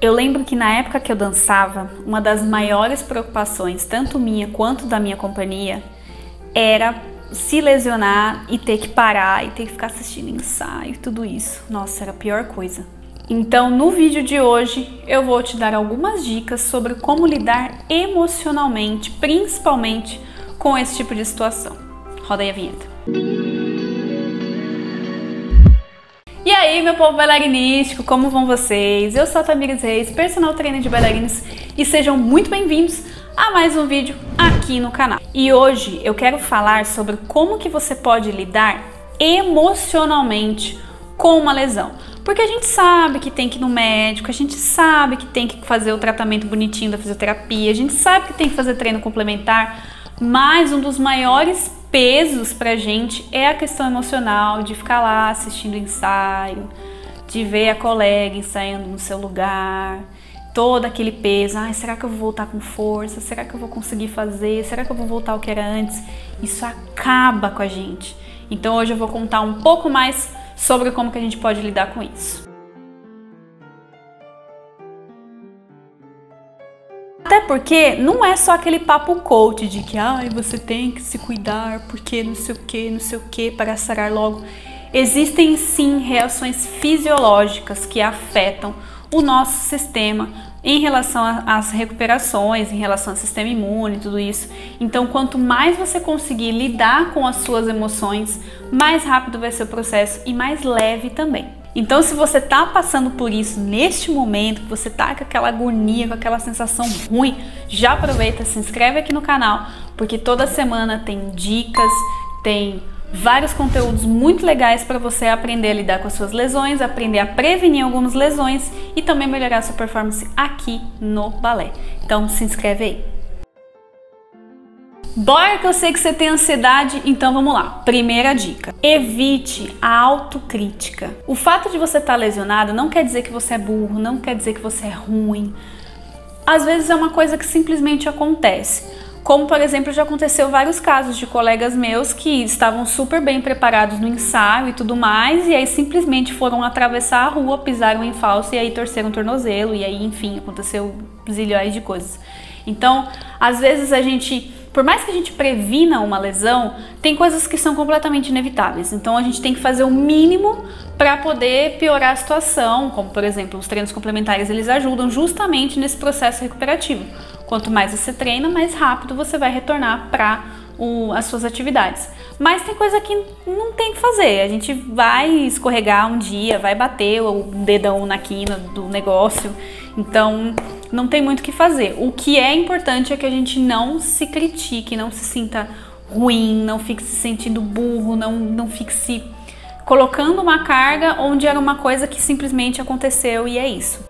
Eu lembro que na época que eu dançava, uma das maiores preocupações, tanto minha quanto da minha companhia, era se lesionar e ter que parar e ter que ficar assistindo ensaio e tudo isso. Nossa, era a pior coisa. Então, no vídeo de hoje, eu vou te dar algumas dicas sobre como lidar emocionalmente, principalmente com esse tipo de situação. Roda aí a vinheta. E aí, meu povo bailarinístico, como vão vocês? Eu sou a Tamires Reis, personal trainer de bailarinos, e sejam muito bem-vindos a mais um vídeo aqui no canal. E hoje eu quero falar sobre como que você pode lidar emocionalmente com uma lesão. Porque a gente sabe que tem que ir no médico, a gente sabe que tem que fazer o tratamento bonitinho da fisioterapia, a gente sabe que tem que fazer treino complementar, mas um dos maiores pesos pra gente é a questão emocional de ficar lá assistindo ensaio, de ver a colega ensaiando no seu lugar, todo aquele peso. Ai, será que eu vou voltar com força? Será que eu vou conseguir fazer? Será que eu vou voltar ao que era antes? Isso acaba com a gente. Então hoje eu vou contar um pouco mais sobre como que a gente pode lidar com isso. Até porque não é só aquele papo coach de que você tem que se cuidar porque não sei o que para sarar logo. Existem sim reações fisiológicas que afetam o nosso sistema em relação às recuperações, em relação ao sistema imune e tudo isso. Então, quanto mais você conseguir lidar com as suas emoções, mais rápido vai ser o processo e mais leve também. Então, se você tá passando por isso neste momento, que você tá com aquela agonia, com aquela sensação ruim, já aproveita, se inscreve aqui no canal, porque toda semana tem dicas, tem vários conteúdos muito legais para você aprender a lidar com as suas lesões, aprender a prevenir algumas lesões e também melhorar a sua performance aqui no balé. Então se inscreve aí. Bora que eu sei que você tem ansiedade, então vamos lá. Primeira dica: evite a autocrítica. O fato de você estar lesionado não quer dizer que você é burro, não quer dizer que você é ruim. Às vezes é uma coisa que simplesmente acontece. Como, por exemplo, já aconteceu vários casos de colegas meus que estavam super bem preparados no ensaio e tudo mais, e aí simplesmente foram atravessar a rua, pisaram em falso e aí torceram o tornozelo, e aí, enfim, aconteceu zilhões de coisas. Então, às vezes a gente, por mais que a gente previna uma lesão, tem coisas que são completamente inevitáveis. Então a gente tem que fazer o mínimo para poder piorar a situação, como por exemplo, os treinos complementares, eles ajudam justamente nesse processo recuperativo. Quanto mais você treina, mais rápido você vai retornar para as suas atividades. Mas tem coisa que não tem que fazer. A gente vai escorregar um dia, vai bater o dedão na quina do negócio. Então não tem muito o que fazer. O que é importante é que a gente não se critique, não se sinta ruim, não fique se sentindo burro, não fique se colocando uma carga onde era uma coisa que simplesmente aconteceu e é isso.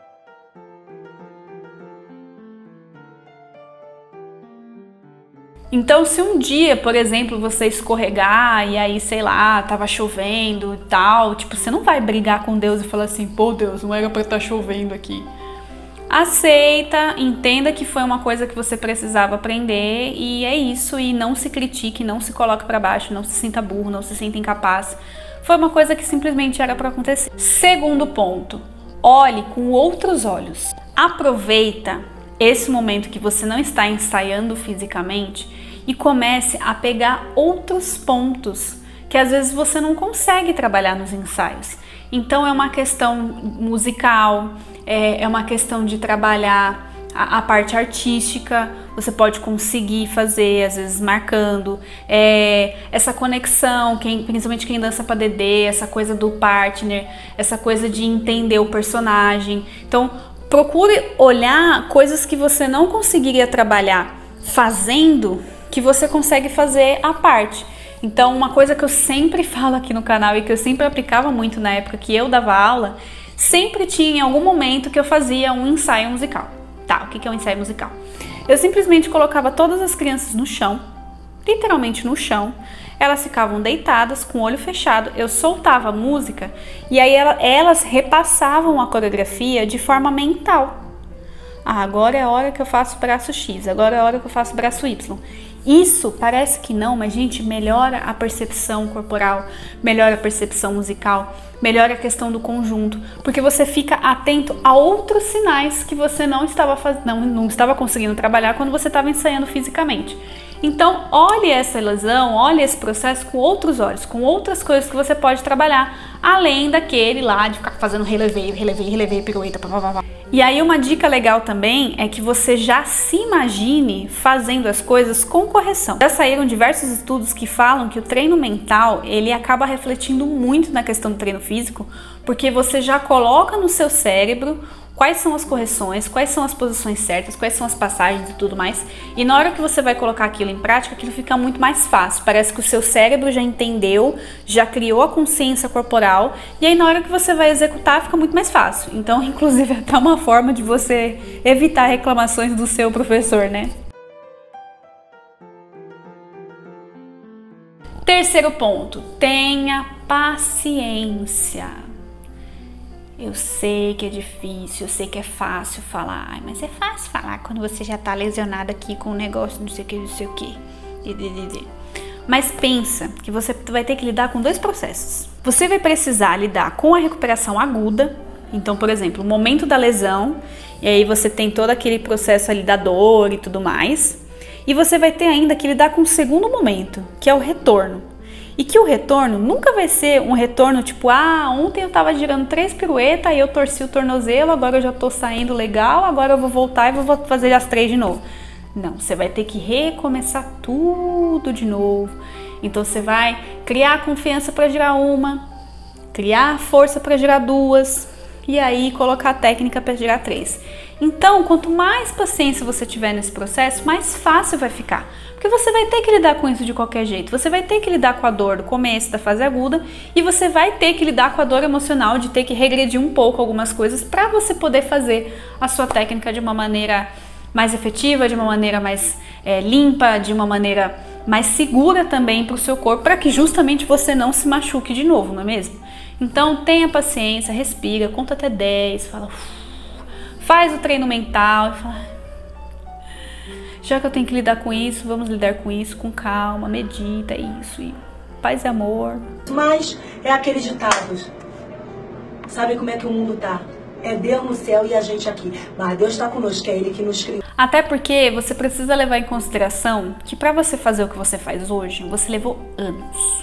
Então, se um dia, por exemplo, você escorregar e aí, sei lá, tava chovendo e tal, tipo, você não vai brigar com Deus e falar assim, pô Deus, não era pra estar chovendo aqui. Aceita, entenda que foi uma coisa que você precisava aprender e é isso, e não se critique, não se coloque pra baixo, não se sinta burro, não se sinta incapaz. Foi uma coisa que simplesmente era pra acontecer. Segundo ponto, olhe com outros olhos. Aproveita esse momento que você não está ensaiando fisicamente e comece a pegar outros pontos que às vezes você não consegue trabalhar nos ensaios. Então é uma questão musical, é uma questão de trabalhar a parte artística, você pode conseguir fazer, às vezes marcando, essa conexão, principalmente quem dança para DD, essa coisa do partner, essa coisa de entender o personagem. Então procure olhar coisas que você não conseguiria trabalhar fazendo, que você consegue fazer à parte. Então, uma coisa que eu sempre falo aqui no canal e que eu sempre aplicava muito na época que eu dava aula, sempre tinha em algum momento que eu fazia um ensaio musical. Tá, o que é um ensaio musical? Eu simplesmente colocava todas as crianças no chão, literalmente no chão, elas ficavam deitadas com o olho fechado, eu soltava a música e aí elas repassavam a coreografia de forma mental. Agora é a hora que eu faço braço X, agora é a hora que eu faço braço Y. Isso parece que não, mas gente, melhora a percepção corporal, melhora a percepção musical, melhora a questão do conjunto, porque você fica atento a outros sinais que você não estava conseguindo trabalhar quando você estava ensaiando fisicamente. Então, olhe essa lesão, olhe esse processo com outros olhos, com outras coisas que você pode trabalhar, além daquele lá de ficar fazendo releveio, pirueta, blá. E aí uma dica legal também é que você já se imagine fazendo as coisas com correção. Já saíram diversos estudos que falam que o treino mental, ele acaba refletindo muito na questão do treino físico, porque você já coloca no seu cérebro quais são as correções, quais são as posições certas, quais são as passagens e tudo mais. E na hora que você vai colocar aquilo em prática, aquilo fica muito mais fácil. Parece que o seu cérebro já entendeu, já criou a consciência corporal, e aí na hora que você vai executar fica muito mais fácil. Então, inclusive, é até uma forma de você evitar reclamações do seu professor, né? Terceiro ponto, tenha paciência. Eu sei que é difícil, eu sei que é fácil falar, mas é fácil falar quando você já tá lesionado aqui com um negócio não sei o que. Mas pensa que você vai ter que lidar com dois processos. Você vai precisar lidar com a recuperação aguda, então, por exemplo, o momento da lesão, e aí você tem todo aquele processo ali da dor e tudo mais, e você vai ter ainda que lidar com o segundo momento, que é o retorno. E que o retorno nunca vai ser um retorno tipo, ontem eu tava girando 3 piruetas, aí eu torci o tornozelo, agora eu já tô saindo legal, agora eu vou voltar e vou fazer as 3 de novo. Não, você vai ter que recomeçar tudo de novo. Então você vai criar confiança para girar uma, criar força para girar 2 e aí colocar a técnica para girar 3. Então, quanto mais paciência você tiver nesse processo, mais fácil vai ficar. Porque você vai ter que lidar com isso de qualquer jeito. Você vai ter que lidar com a dor do começo, da fase aguda, e você vai ter que lidar com a dor emocional de ter que regredir um pouco algumas coisas para você poder fazer a sua técnica de uma maneira mais efetiva, de uma maneira mais limpa, de uma maneira mais segura também para o seu corpo, para que justamente você não se machuque de novo, não é mesmo? Então, tenha paciência, respira, conta até 10, fala... Faz o treino mental e fala, já que eu tenho que lidar com isso, vamos lidar com isso com calma, medita isso, e paz e amor. Mas é aqueles ditados, sabe como é que o mundo tá? É Deus no céu e a gente aqui, mas Deus está conosco, é Ele que nos criou. Até porque você precisa levar em consideração que para você fazer o que você faz hoje, você levou anos.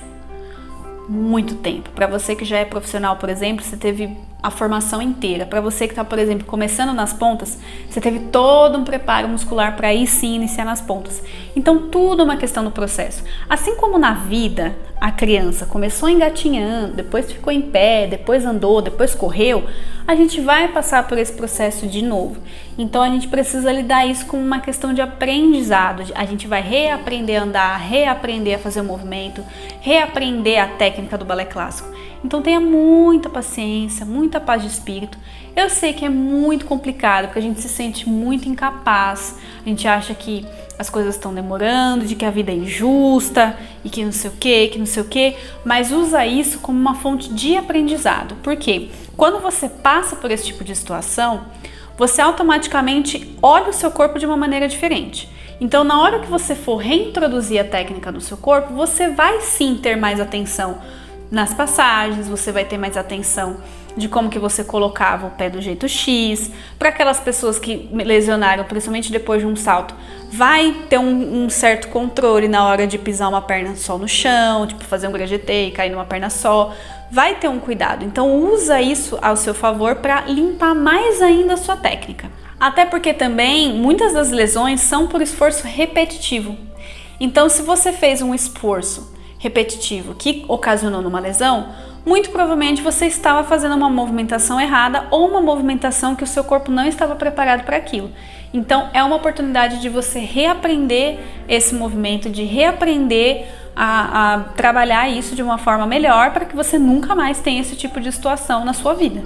Muito tempo. Para você que já é profissional, por exemplo, você teve a formação inteira. Para você que está, por exemplo, começando nas pontas, você teve todo um preparo muscular para aí sim iniciar nas pontas. Então tudo é uma questão do processo. Assim como na vida, a criança começou engatinhando, depois ficou em pé, depois andou, depois correu, a gente vai passar por esse processo de novo. Então a gente precisa lidar isso com uma questão de aprendizado. A gente vai reaprender a andar, reaprender a fazer o movimento, reaprender a técnica do balé clássico. Então tenha muita paciência, muita paz de espírito. Eu sei que é muito complicado, porque a gente se sente muito incapaz, a gente acha que as coisas estão demorando, de que a vida é injusta e que não sei o que, mas usa isso como uma fonte de aprendizado. Por quê? Quando você passa por esse tipo de situação, você automaticamente olha o seu corpo de uma maneira diferente. Então, na hora que você for reintroduzir a técnica no seu corpo, você vai sim ter mais atenção nas passagens, você vai ter mais atenção de como que você colocava o pé do jeito X. Para aquelas pessoas que lesionaram, principalmente depois de um salto, vai ter um certo controle na hora de pisar uma perna só no chão, tipo fazer um grajetei e cair numa perna só. Vai ter um cuidado. Então usa isso ao seu favor para limpar mais ainda a sua técnica. Até porque também muitas das lesões são por esforço repetitivo. Então se você fez um esforço repetitivo que ocasionou numa lesão, muito provavelmente você estava fazendo uma movimentação errada ou uma movimentação que o seu corpo não estava preparado para aquilo. Então é uma oportunidade de você reaprender esse movimento, de reaprender a trabalhar isso de uma forma melhor para que você nunca mais tenha esse tipo de situação na sua vida.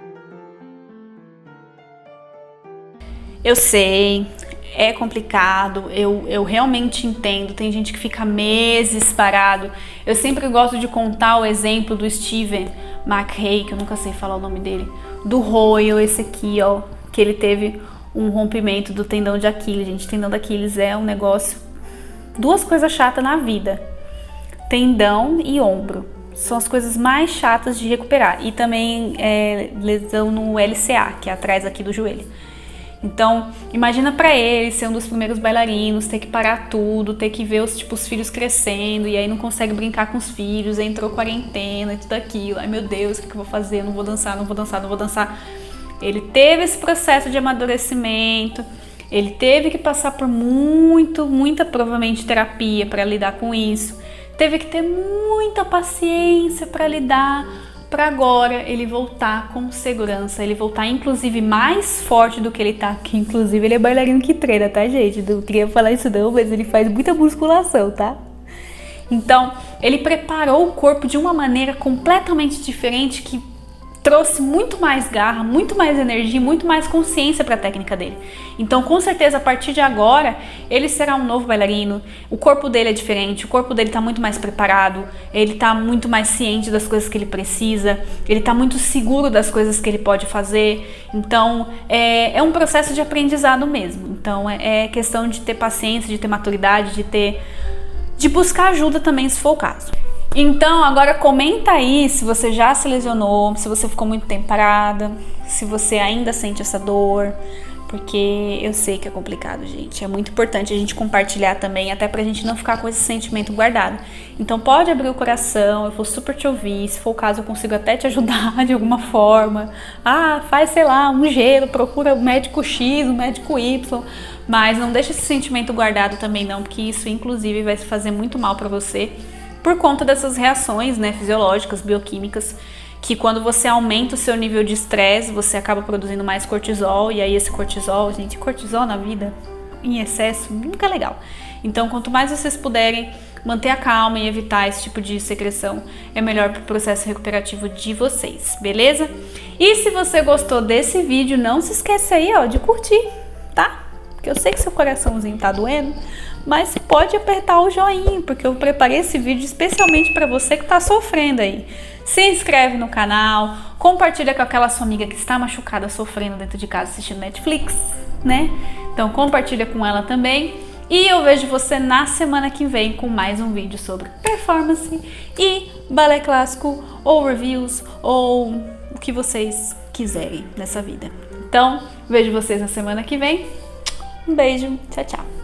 Eu sei, é complicado, eu realmente entendo, tem gente que fica meses parado. Eu sempre gosto de contar o exemplo do Steven McRae, que eu nunca sei falar o nome dele, do Royal, esse aqui, ó, que ele teve um rompimento do tendão de Aquiles. Gente, tendão de Aquiles é um negócio duas coisas chatas na vida: tendão e ombro. São as coisas mais chatas de recuperar. E também lesão no LCA, que é atrás aqui do joelho. Então, imagina pra ele ser um dos primeiros bailarinos, ter que parar tudo, ter que ver os filhos crescendo, e aí não consegue brincar com os filhos, aí entrou quarentena e tudo aquilo. Ai meu Deus, o que eu vou fazer? Eu não vou dançar, não vou dançar, não vou dançar. Ele teve esse processo de amadurecimento, ele teve que passar por muita provavelmente terapia para lidar com isso. Teve que ter muita paciência para lidar, para agora ele voltar com segurança, ele voltar inclusive mais forte do que ele tá, que inclusive ele é bailarino que treina, tá gente? Não queria falar isso não, mas ele faz muita musculação, tá? Então, ele preparou o corpo de uma maneira completamente diferente que trouxe muito mais garra, muito mais energia, muito mais consciência para a técnica dele. Então, com certeza, a partir de agora, ele será um novo bailarino. O corpo dele é diferente, o corpo dele está muito mais preparado, ele está muito mais ciente das coisas que ele precisa, ele está muito seguro das coisas que ele pode fazer. Então, é um processo de aprendizado mesmo. Então, é questão de ter paciência, de ter maturidade, de buscar ajuda também, se for o caso. Então, agora comenta aí se você já se lesionou, se você ficou muito tempo parada, se você ainda sente essa dor, porque eu sei que é complicado, gente. É muito importante a gente compartilhar também, até pra gente não ficar com esse sentimento guardado. Então pode abrir o coração, eu vou super te ouvir, se for o caso eu consigo até te ajudar de alguma forma. Faz, sei lá, um gelo, procura o médico X, o médico Y, mas não deixa esse sentimento guardado também não, porque isso inclusive vai fazer muito mal pra você, por conta dessas reações, né, fisiológicas, bioquímicas, que quando você aumenta o seu nível de estresse, você acaba produzindo mais cortisol, e aí esse cortisol, gente, cortisol na vida, em excesso, nunca é legal. Então, quanto mais vocês puderem manter a calma e evitar esse tipo de secreção, é melhor para o processo recuperativo de vocês, beleza? E se você gostou desse vídeo, não se esquece aí, ó, de curtir, tá? Porque eu sei que seu coraçãozinho tá doendo, mas pode apertar o joinha, porque eu preparei esse vídeo especialmente para você que tá sofrendo aí. Se inscreve no canal, compartilha com aquela sua amiga que está machucada, sofrendo dentro de casa assistindo Netflix, né? Então compartilha com ela também. E eu vejo você na semana que vem com mais um vídeo sobre performance e balé clássico, ou reviews, ou o que vocês quiserem nessa vida. Então, vejo vocês na semana que vem. Um beijo, tchau, tchau.